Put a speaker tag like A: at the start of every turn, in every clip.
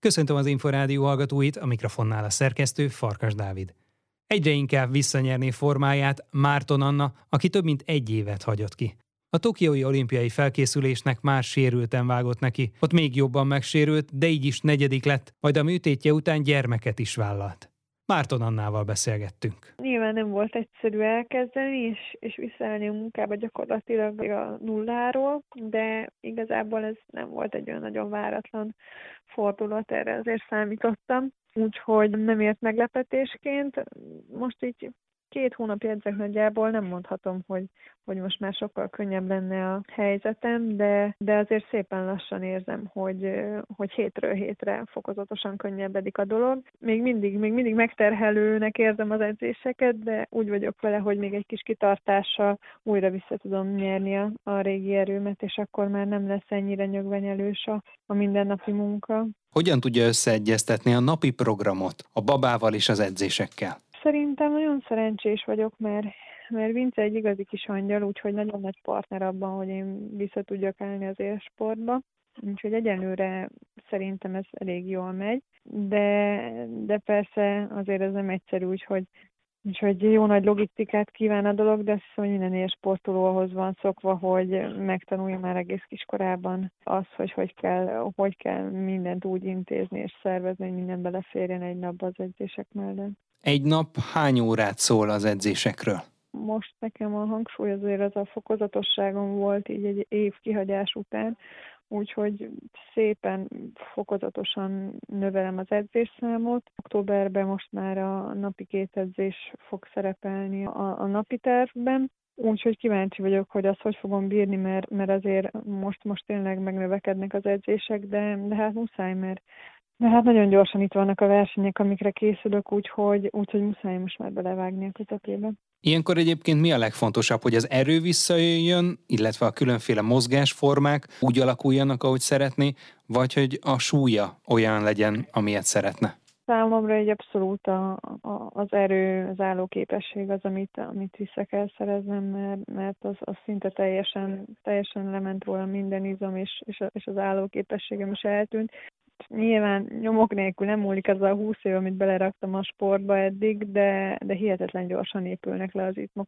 A: Köszöntöm az Inforádió hallgatóit, a mikrofonnál a szerkesztő Farkas Dávid. Egyre inkább visszanyerné formáját Márton Anna, aki több mint egy évet hagyott ki. A tokiói olimpiai felkészülésnek már sérülten vágott neki, ott még jobban megsérült, de így is negyedik lett, majd a műtétje után gyermeket is vállalt. Márton Annával beszélgettünk.
B: Nyilván nem volt egyszerű elkezdeni, és visszaállni a munkába gyakorlatilag a nulláról, de igazából ez nem volt egy olyan nagyon váratlan fordulat, erre azért számítottam. Úgyhogy nem ért meglepetésként. Most így 2 hónapja edzek nagyjából, nem mondhatom, hogy most már sokkal könnyebb lenne a helyzetem, de azért szépen lassan érzem, hogy hétről hétre fokozatosan könnyebbedik a dolog. Még mindig megterhelőnek érzem az edzéseket, de úgy vagyok vele, hogy még egy kis kitartással újra vissza tudom nyerni a régi erőmet, és akkor már nem lesz ennyire nyögvenyelős a mindennapi munka.
A: Hogyan tudja összeegyeztetni a napi programot a babával és az edzésekkel?
B: Szerintem nagyon szerencsés vagyok, mert Vince egy igazi kis angyal, úgyhogy nagyon nagy partner abban, hogy én vissza tudjak állni az élsportba. Úgyhogy egyenlőre szerintem ez elég jól megy, de persze azért ez nem egyszerű, úgyhogy jó nagy logisztikát kíván a dolog, de azt hiszem, hogy minden élsportoló ahhoz van szokva, hogy megtanulja már egész kiskorában azt, hogy kell mindent úgy intézni és szervezni, hogy minden beleférjen egy napba az edzések mellett.
A: Egy nap hány órát szól az edzésekről?
B: Most nekem a hangsúly azért az a fokozatosságon volt így egy év kihagyás után, úgyhogy szépen fokozatosan növelem az edzésszámot. Októberben most már a napi 2 edzés fog szerepelni a napi tervben. Úgyhogy kíváncsi vagyok, hogy azt hogy fogom bírni, mert azért most tényleg megnövekednek az edzések, de hát muszáj, mert hát nagyon gyorsan itt vannak a versenyek, amikre készülök, úgyhogy muszáj most már belevágni a közepébe.
A: Ilyenkor egyébként mi a legfontosabb, hogy az erő visszajöjjön, illetve a különféle mozgásformák úgy alakuljanak, ahogy szeretné, vagy hogy a súlya olyan legyen, amilyet szeretne?
B: Számomra egy abszolút az erő, az állóképesség az, amit vissza kell szereznem, mert az szinte teljesen lement róla minden izom, és az állóképességem is eltűnt. Nyilván nyomok nélkül nem múlik az a 20 év, amit beleraktam a sportba eddig, de hihetetlen gyorsan épülnek le az izmok,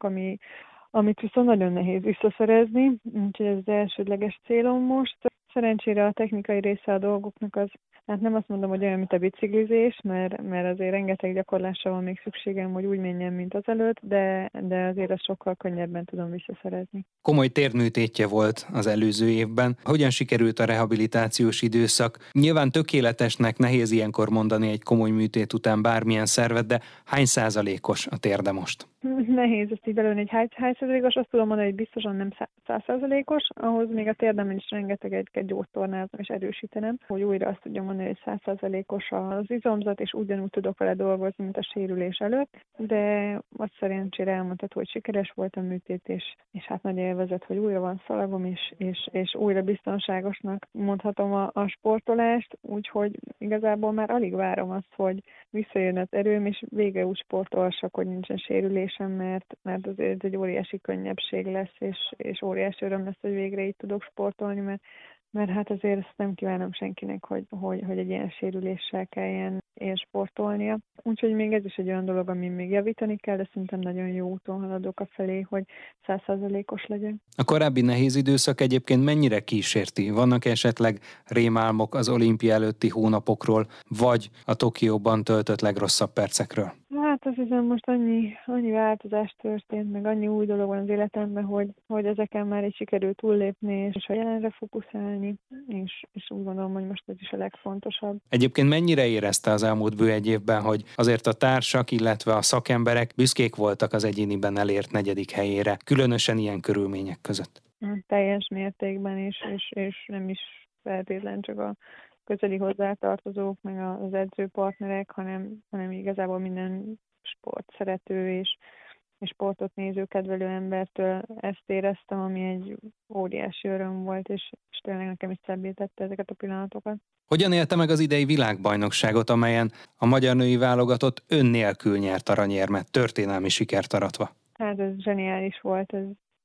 B: amit viszont nagyon nehéz visszaszerezni, úgyhogy ez az elsődleges célom most. Szerencsére a technikai része a dolgoknak az, hát nem azt mondom, hogy olyan, mint a biciklizés, mert azért rengeteg gyakorlásra van még szükségem, hogy úgy menjen, mint azelőtt, de azért azt sokkal könnyebben tudom visszaszerezni.
A: Komoly térműtétje volt az előző évben. Hogyan sikerült a rehabilitációs időszak? Nyilván tökéletesnek nehéz ilyenkor mondani egy komoly műtét után bármilyen szervet, de hány százalékos a térde most?
B: Nehéz ezt így belőni, hogy hány százalékos, azt tudom mondani, hogy biztosan nem 100%-os, ahhoz még a térdemen is rengeteget kell gyógytornáznom és erősítenem, hogy újra azt tudjam mondani, hogy 100%-os az izomzat, és ugyanúgy tudok vele dolgozni, mint a sérülés előtt, de azt szerencsére elmondható, hogy sikeres volt a műtét, és hát nagy élvezet, hogy újra van szalagom, és újra biztonságosnak mondhatom a sportolást, úgyhogy igazából már alig várom azt, hogy visszajön az erőm, és végre úgy sportolhassak, hogy nincsen sérülés, mert azért egy óriási könnyebbség lesz, és óriási öröm lesz, hogy végre így tudok sportolni, mert hát azért ezt nem kívánom senkinek, hogy egy ilyen sérüléssel kelljen sportolnia. Úgyhogy még ez is egy olyan dolog, amin még javítani kell, de szerintem nagyon jó úton haladok afelé, hogy 100%-os legyen.
A: A korábbi nehéz időszak egyébként mennyire kísérti? Vannak esetleg rémálmok az olimpia előtti hónapokról, vagy a Tokióban töltött legrosszabb percekről?
B: Hát azt hiszem, most annyi változás történt, meg annyi új dolog van az életemben, hogy ezeken már így sikerült túllépni, és a jelenre fókuszálni, és úgy gondolom, hogy most ez is a legfontosabb.
A: Egyébként mennyire érezte az elmúlt bő egy évben, hogy azért a társak, illetve a szakemberek büszkék voltak az egyéniben elért 4. helyére, különösen ilyen körülmények között?
B: Teljes mértékben, és nem is feltétlen csak a közeli hozzátartozók, meg az edzőpartnerek, hanem igazából minden sportszerető és sportot néző, kedvelő embertől ezt éreztem, ami egy óriási öröm volt, és tényleg nekem is szebbé tette ezeket a pillanatokat.
A: Hogyan élte meg az idei világbajnokságot, amelyen a magyar női válogatott ön nélkül nyert aranyérmet, történelmi sikert aratva?
B: Hát ez zseniális volt, ez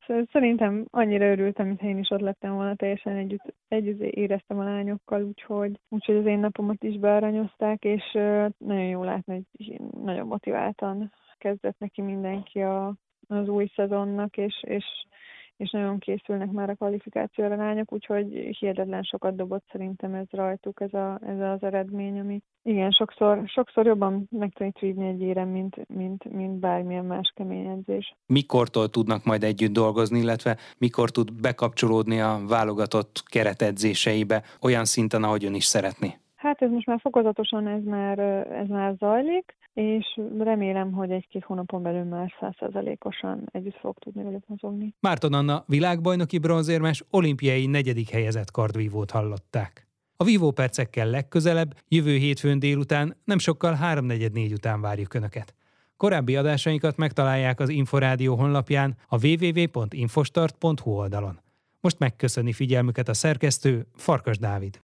B: Szerintem annyira örültem, mintha én is ott lettem volna, teljesen együtt éreztem a lányokkal, úgyhogy az én napomat is bearanyozták, és nagyon jó látni, hogy nagyon motiváltan kezdett neki mindenki az új szezonnak, és nagyon készülnek már a kvalifikációra lányok, úgyhogy hihetetlen sokat dobott szerintem ez rajtuk, ez az eredmény, ami igen, sokszor jobban meg tudjuk vívni egy érem, mint bármilyen más kemény edzés.
A: Mikortól tudnak majd együtt dolgozni, illetve mikor tud bekapcsolódni a válogatott keretedzéseibe olyan szinten, ahogy ön is szeretné?
B: Hát ez most már fokozatosan ez már zajlik, és remélem, hogy 1-2 hónapon belül már 100%-osan együtt fog tudni velük mozogni. Márton Anna világbajnoki bronzérmes, olimpiai 4. helyezett kardvívót hallották. A vívópercekkel legközelebb, jövő hétfőn délután, nem sokkal 3:44 után várjuk Önöket. Korábbi adásainkat megtalálják az Inforádió honlapján, a www.infostart.hu oldalon. Most megköszöni figyelmüket a szerkesztő, Farkas Dávid.